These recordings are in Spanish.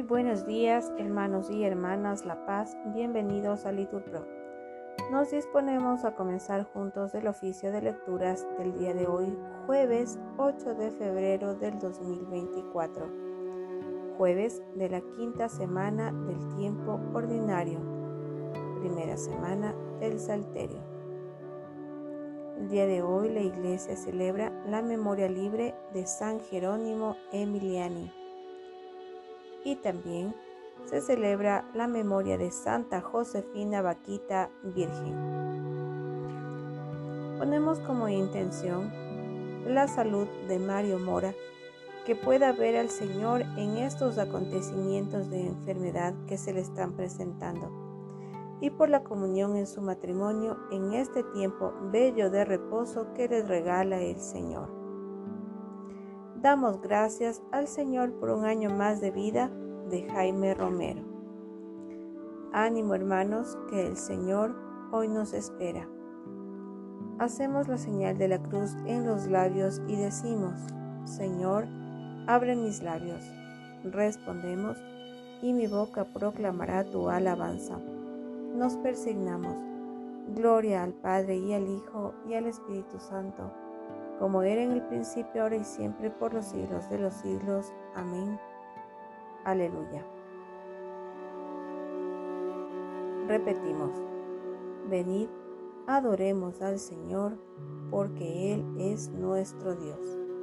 buenos días, hermanos y hermanas La Paz, bienvenidos a LiturPro. Nos disponemos a comenzar juntos el oficio de lecturas del día de hoy, jueves 8 de febrero del 2024, jueves de la quinta semana del tiempo ordinario, primera semana del Salterio. El día de hoy la Iglesia celebra la memoria libre de San Jerónimo Emiliani. Y también se celebra la memoria de Santa Josefina Vaquita Virgen. Ponemos como intención la salud de Mario Mora, que pueda ver al Señor en estos acontecimientos de enfermedad que se le están presentando, y por la comunión en su matrimonio en este tiempo bello de reposo que les regala el Señor. Damos gracias al Señor por un año más de vida de Jaime Romero. Ánimo, hermanos, que el Señor hoy nos espera. Hacemos la señal de la cruz en los labios y decimos: Señor, abre mis labios. Respondemos: y mi boca proclamará tu alabanza. Nos persignamos. Gloria al Padre y al Hijo y al Espíritu Santo, como era en el principio, ahora y siempre, por los siglos de los siglos. Amén. Aleluya. Repetimos: venid, adoremos al Señor, porque Él es nuestro Dios.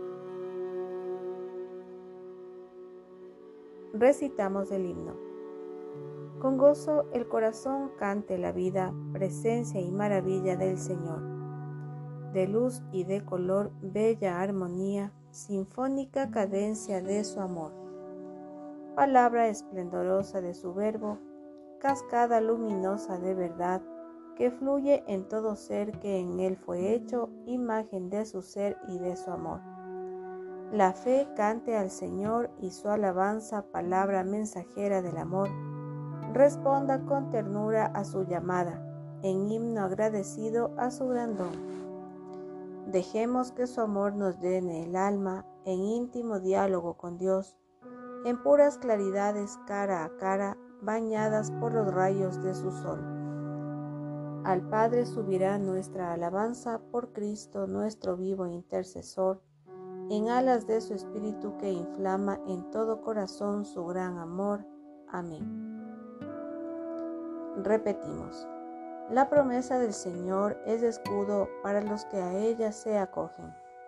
Recitamos el himno. Con gozo el corazón cante la vida, presencia y maravilla del Señor. De luz y de color, bella armonía, sinfónica cadencia de su amor. Palabra esplendorosa de su verbo, cascada luminosa de verdad, que fluye en todo ser que en él fue hecho, imagen de su ser y de su amor. La fe cante al Señor y su alabanza, palabra mensajera del amor, responda con ternura a su llamada, en himno agradecido a su gran don. Dejemos que su amor nos llene el alma en íntimo diálogo con Dios, en puras claridades cara a cara, bañadas por los rayos de su sol. Al Padre subirá nuestra alabanza por Cristo, nuestro vivo intercesor, en alas de su Espíritu que inflama en todo corazón su gran amor. Amén. Repetimos. La promesa del Señor es escudo para los que a ella se acogen.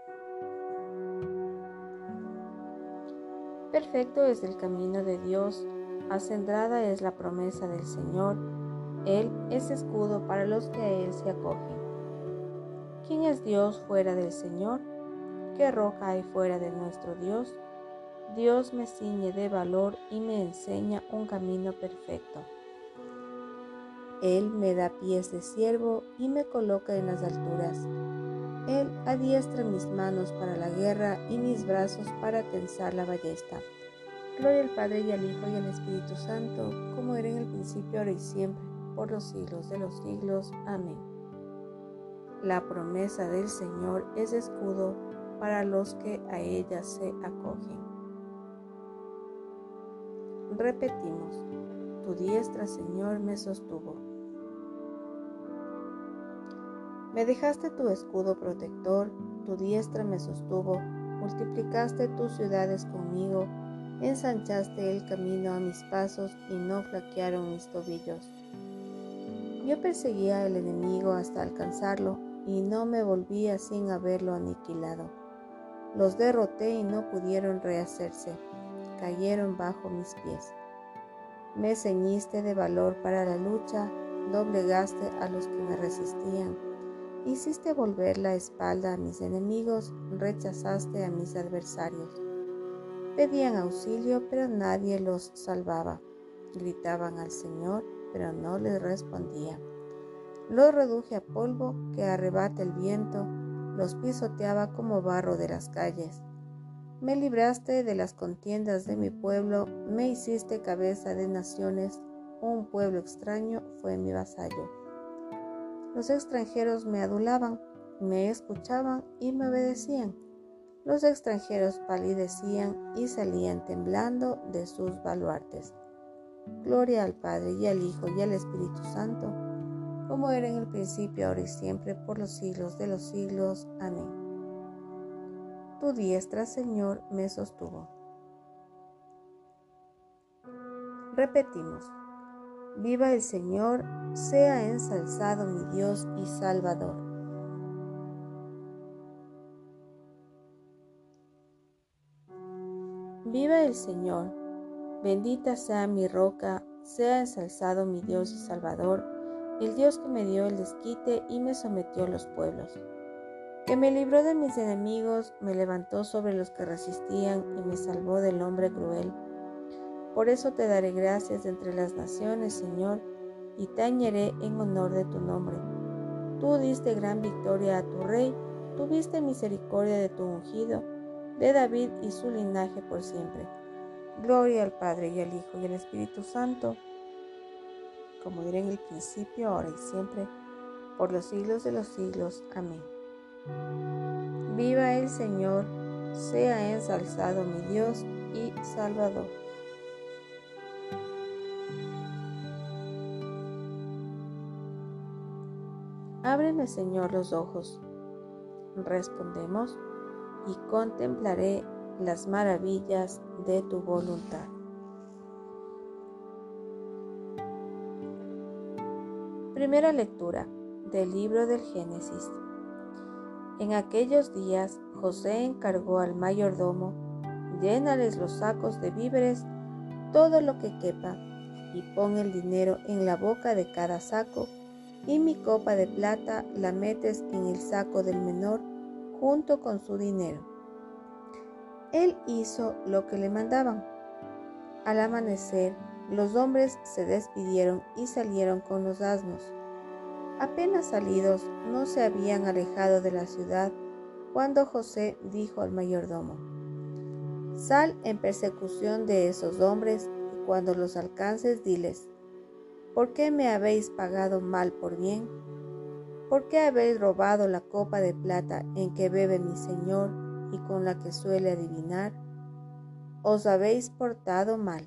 Perfecto es el camino de Dios, acendrada es la promesa del Señor. Él es escudo para los que a Él se acogen. ¿Quién es Dios fuera del Señor? ¿Qué roca hay fuera de nuestro Dios? Dios me ciñe de valor y me enseña un camino perfecto. Él me da pies de siervo y me coloca en las alturas. Él adiestra mis manos para la guerra y mis brazos para tensar la ballesta. Gloria al Padre y al Hijo y al Espíritu Santo, como era en el principio, ahora y siempre, por los siglos de los siglos. Amén. La promesa del Señor es escudo para los que a ella se acogen. Repetimos: tu diestra, Señor, me sostuvo. Me dejaste tu escudo protector, tu diestra me sostuvo, multiplicaste tus ciudades conmigo, ensanchaste el camino a mis pasos y no flaquearon mis tobillos. Yo perseguía al enemigo hasta alcanzarlo y no me volvía sin haberlo aniquilado. Los derroté y no pudieron rehacerse, cayeron bajo mis pies. Me ceñiste de valor para la lucha, doblegaste a los que me resistían. Hiciste volver la espalda a mis enemigos, rechazaste a mis adversarios. Pedían auxilio, pero nadie los salvaba. Gritaban al Señor, pero no les respondía. Los reduje a polvo que arrebata el viento, los pisoteaba como barro de las calles. Me libraste de las contiendas de mi pueblo, me hiciste cabeza de naciones, un pueblo extraño fue mi vasallo. Los extranjeros me adulaban, me escuchaban y me obedecían. Los extranjeros palidecían y salían temblando de sus baluartes. Gloria al Padre y al Hijo y al Espíritu Santo, como era en el principio, ahora y siempre, por los siglos de los siglos. Amén. Tu diestra, Señor, me sostuvo. Repetimos: viva el Señor, sea ensalzado mi Dios y Salvador. Viva el Señor, bendita sea mi roca, sea ensalzado mi Dios y Salvador, el Dios que me dio el desquite y me sometió a los pueblos, que me libró de mis enemigos, me levantó sobre los que resistían y me salvó del hombre cruel. Por eso te daré gracias entre las naciones, Señor, y te tañeré en honor de tu nombre. Tú diste gran victoria a tu rey, tuviste misericordia de tu ungido, de David y su linaje por siempre. Gloria al Padre y al Hijo y al Espíritu Santo, como era en el principio, ahora y siempre, por los siglos de los siglos. Amén. Viva el Señor, sea ensalzado mi Dios y Salvador. Ábreme, Señor, los ojos. Respondemos: y contemplaré las maravillas de tu voluntad. Primera lectura del libro del Génesis. En aquellos días José encargó al mayordomo: llénales los sacos de víveres, todo lo que quepa, y pon el dinero en la boca de cada saco, y mi copa de plata la metes en el saco del menor junto con su dinero. Él hizo lo que le mandaban. Al amanecer, los hombres se despidieron y salieron con los asnos. Apenas salidos, no se habían alejado de la ciudad cuando José dijo al mayordomo: sal en persecución de esos hombres, y cuando los alcances diles: ¿por qué me habéis pagado mal por bien? ¿Por qué habéis robado la copa de plata en que bebe mi señor y con la que suele adivinar? Os habéis portado mal.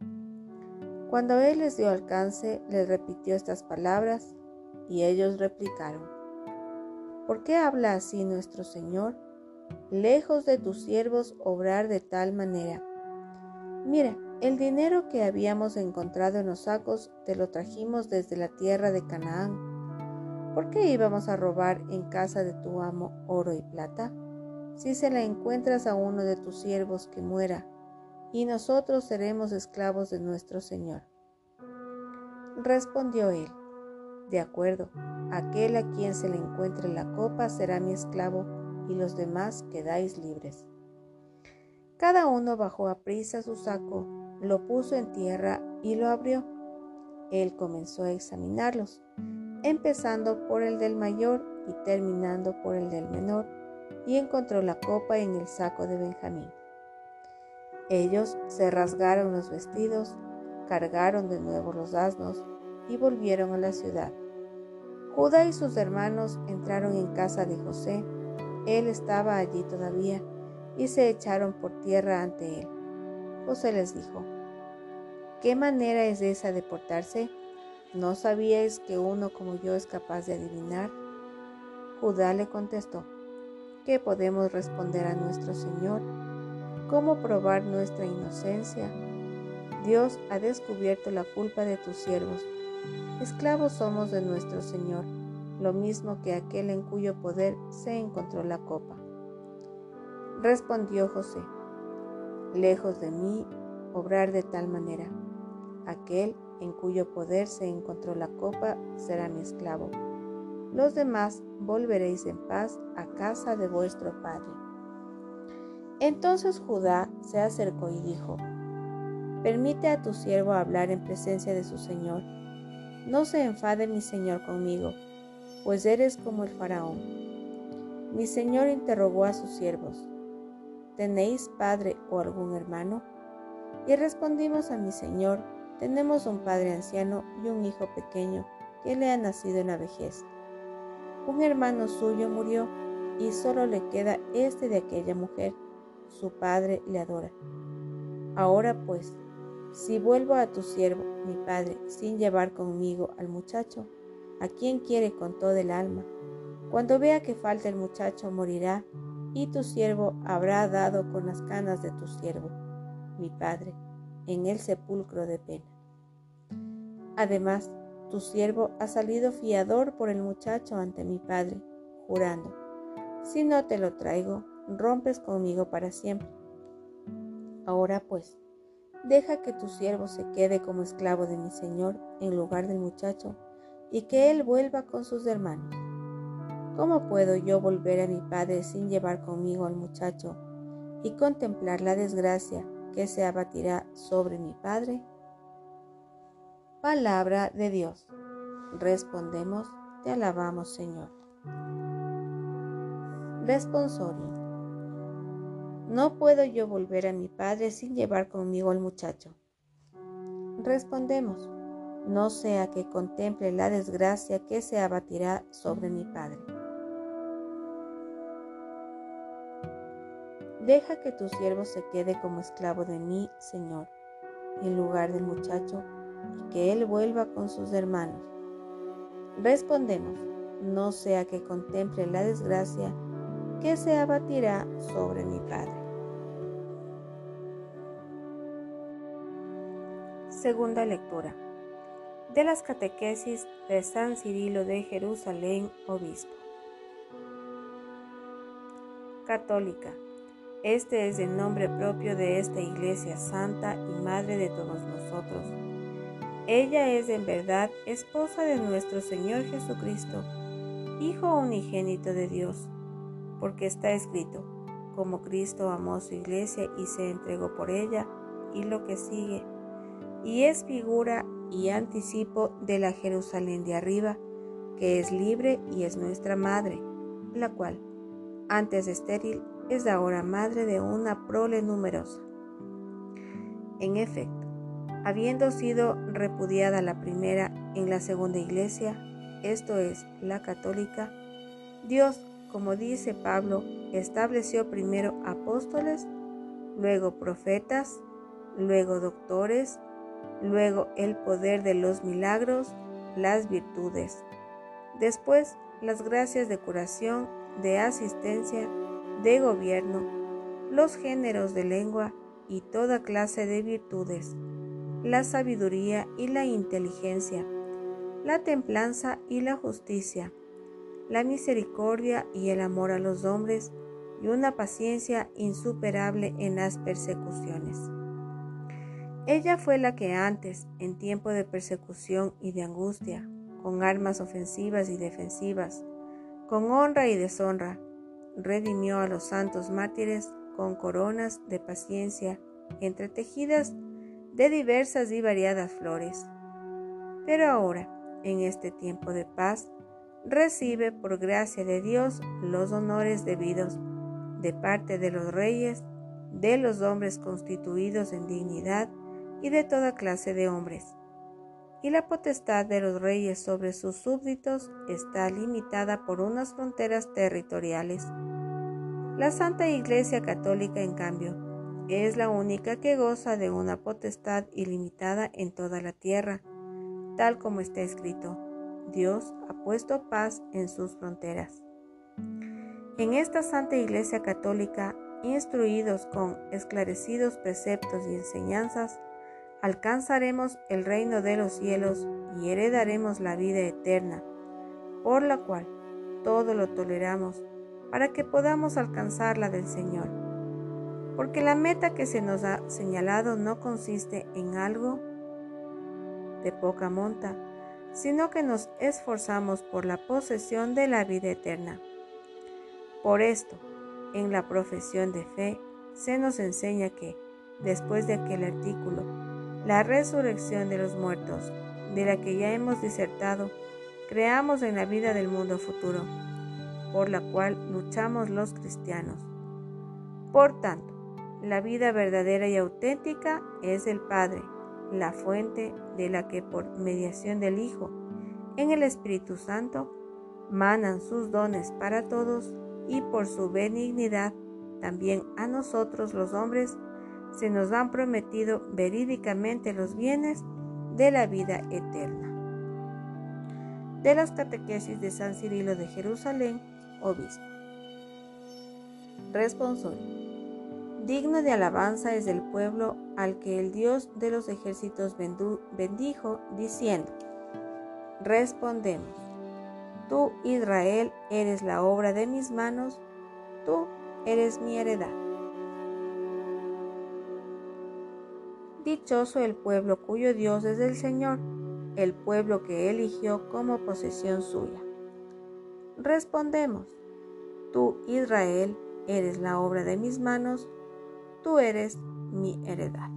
Cuando él les dio alcance, les repitió estas palabras, y ellos replicaron: ¿por qué habla así nuestro Señor? Lejos de tus siervos obrar de tal manera. Mira, el dinero que habíamos encontrado en los sacos te lo trajimos desde la tierra de Canaán. ¿Por qué íbamos a robar en casa de tu amo oro y plata? Si se la encuentras a uno de tus siervos, que muera, y nosotros seremos esclavos de nuestro Señor. Respondió él: de acuerdo, aquel a quien se le encuentre la copa será mi esclavo, y los demás quedáis libres. Cada uno bajó aprisa su saco, lo puso en tierra y lo abrió. Él comenzó a examinarlos, empezando por el del mayor y terminando por el del menor, y encontró la copa en el saco de Benjamín. Ellos se rasgaron los vestidos, cargaron de nuevo los asnos y volvieron a la ciudad. Judá y sus hermanos entraron en casa de José, él estaba allí todavía, y se echaron por tierra ante él. José les dijo: ¿qué manera es esa de portarse? ¿No sabíais que uno como yo es capaz de adivinar? Judá le contestó: ¿qué podemos responder a nuestro Señor? ¿Cómo probar nuestra inocencia? Dios ha descubierto la culpa de tus siervos. Esclavos somos de nuestro Señor, lo mismo que aquel en cuyo poder se encontró la copa. Respondió José: lejos de mí obrar de tal manera. Aquel en cuyo poder se encontró la copa será mi esclavo. Los demás volveréis en paz a casa de vuestro padre. Entonces Judá se acercó y dijo: permite a tu siervo hablar en presencia de su señor. No se enfade mi señor conmigo, pues eres como el faraón. Mi señor interrogó a sus siervos: ¿tenéis padre o algún hermano? Y respondimos a mi señor: tenemos un padre anciano y un hijo pequeño que le ha nacido en la vejez. Un hermano suyo murió, y solo le queda este de aquella mujer. Su padre le adora. Ahora pues, si vuelvo a tu siervo, mi padre, sin llevar conmigo al muchacho, a quien quiere con todo el alma, cuando vea que falta el muchacho, morirá, y tu siervo habrá dado con las canas de tu siervo, mi padre, en el sepulcro de pena. Además, tu siervo ha salido fiador por el muchacho ante mi padre, jurando: si no te lo traigo, rompes conmigo para siempre. Ahora pues, deja que tu siervo se quede como esclavo de mi señor en lugar del muchacho, y que él vuelva con sus hermanos. ¿Cómo puedo yo volver a mi padre sin llevar conmigo al muchacho y contemplar la desgracia que se abatirá sobre mi padre? Palabra de Dios. Respondemos: te alabamos, Señor. Responsorio. No puedo yo volver a mi padre sin llevar conmigo al muchacho. Respondemos: no sea que contemple la desgracia que se abatirá sobre mi padre. Deja que tu siervo se quede como esclavo de mí, Señor, en lugar del muchacho, y que él vuelva con sus hermanos. Respondemos: no sea que contemple la desgracia que se abatirá sobre mi padre. Segunda lectura de las catequesis de San Cirilo de Jerusalén, obispo. Católica. Este es el nombre propio de esta Iglesia santa y madre de todos nosotros. Ella es en verdad esposa de nuestro Señor Jesucristo, Hijo unigénito de Dios, porque está escrito: como Cristo amó a su Iglesia y se entregó por ella, y lo que sigue, y es figura y anticipo de la Jerusalén de arriba, que es libre y es nuestra madre, la cual, antes estéril, es ahora madre de una prole numerosa. En efecto, habiendo sido repudiada la primera en la segunda Iglesia, esto es, la católica, Dios, como dice Pablo, estableció primero apóstoles, luego profetas, luego doctores, luego el poder de los milagros, las virtudes, después las gracias de curación, de asistencia, de gobierno, los géneros de lengua y toda clase de virtudes, la sabiduría y la inteligencia, la templanza y la justicia, la misericordia y el amor a los hombres, y una paciencia insuperable en las persecuciones. Ella fue la que antes, en tiempo de persecución y de angustia, con armas ofensivas y defensivas, con honra y deshonra, redimió a los santos mártires con coronas de paciencia entretejidas de diversas y variadas flores. Pero ahora, en este tiempo de paz, recibe por gracia de Dios los honores debidos de parte de los reyes, de los hombres constituidos en dignidad y de toda clase de hombres. Y la potestad de los reyes sobre sus súbditos está limitada por unas fronteras territoriales. La Santa Iglesia Católica, en cambio, es la única que goza de una potestad ilimitada en toda la tierra, tal como está escrito: Dios ha puesto paz en sus fronteras. En esta Santa Iglesia Católica, instruidos con esclarecidos preceptos y enseñanzas, alcanzaremos el reino de los cielos y heredaremos la vida eterna, por la cual todo lo toleramos, para que podamos alcanzar la del Señor. Porque la meta que se nos ha señalado no consiste en algo de poca monta, sino que nos esforzamos por la posesión de la vida eterna. Por esto, en la profesión de fe, se nos enseña que, después de aquel artículo, la resurrección de los muertos, de la que ya hemos disertado, creamos en la vida del mundo futuro, por la cual luchamos los cristianos. Por tanto, la vida verdadera y auténtica es el Padre, la fuente de la que por mediación del Hijo, en el Espíritu Santo, manan sus dones para todos y por su benignidad también a nosotros los hombres se nos han prometido verídicamente los bienes de la vida eterna. De las catequesis de San Cirilo de Jerusalén, obispo. Responsorio. Digno de alabanza es el pueblo al que el Dios de los ejércitos bendijo, diciendo: respondemos, tú, Israel, eres la obra de mis manos, tú eres mi heredad. Dichoso el pueblo cuyo Dios es el Señor, el pueblo que eligió como posesión suya. Respondemos, tú, Israel, eres la obra de mis manos, tú eres mi heredad.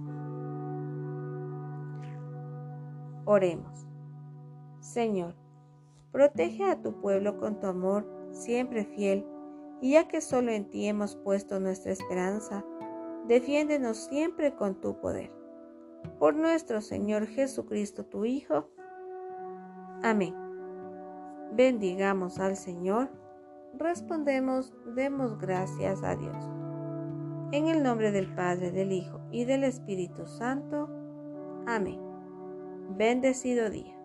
Oremos. Señor, protege a tu pueblo con tu amor siempre fiel, y ya que solo en ti hemos puesto nuestra esperanza, defiéndenos siempre con tu poder. Por nuestro Señor Jesucristo, tu Hijo. Amén. Bendigamos al Señor. Respondemos, demos gracias a Dios. En el nombre del Padre, del Hijo y del Espíritu Santo. Amén. Bendecido día.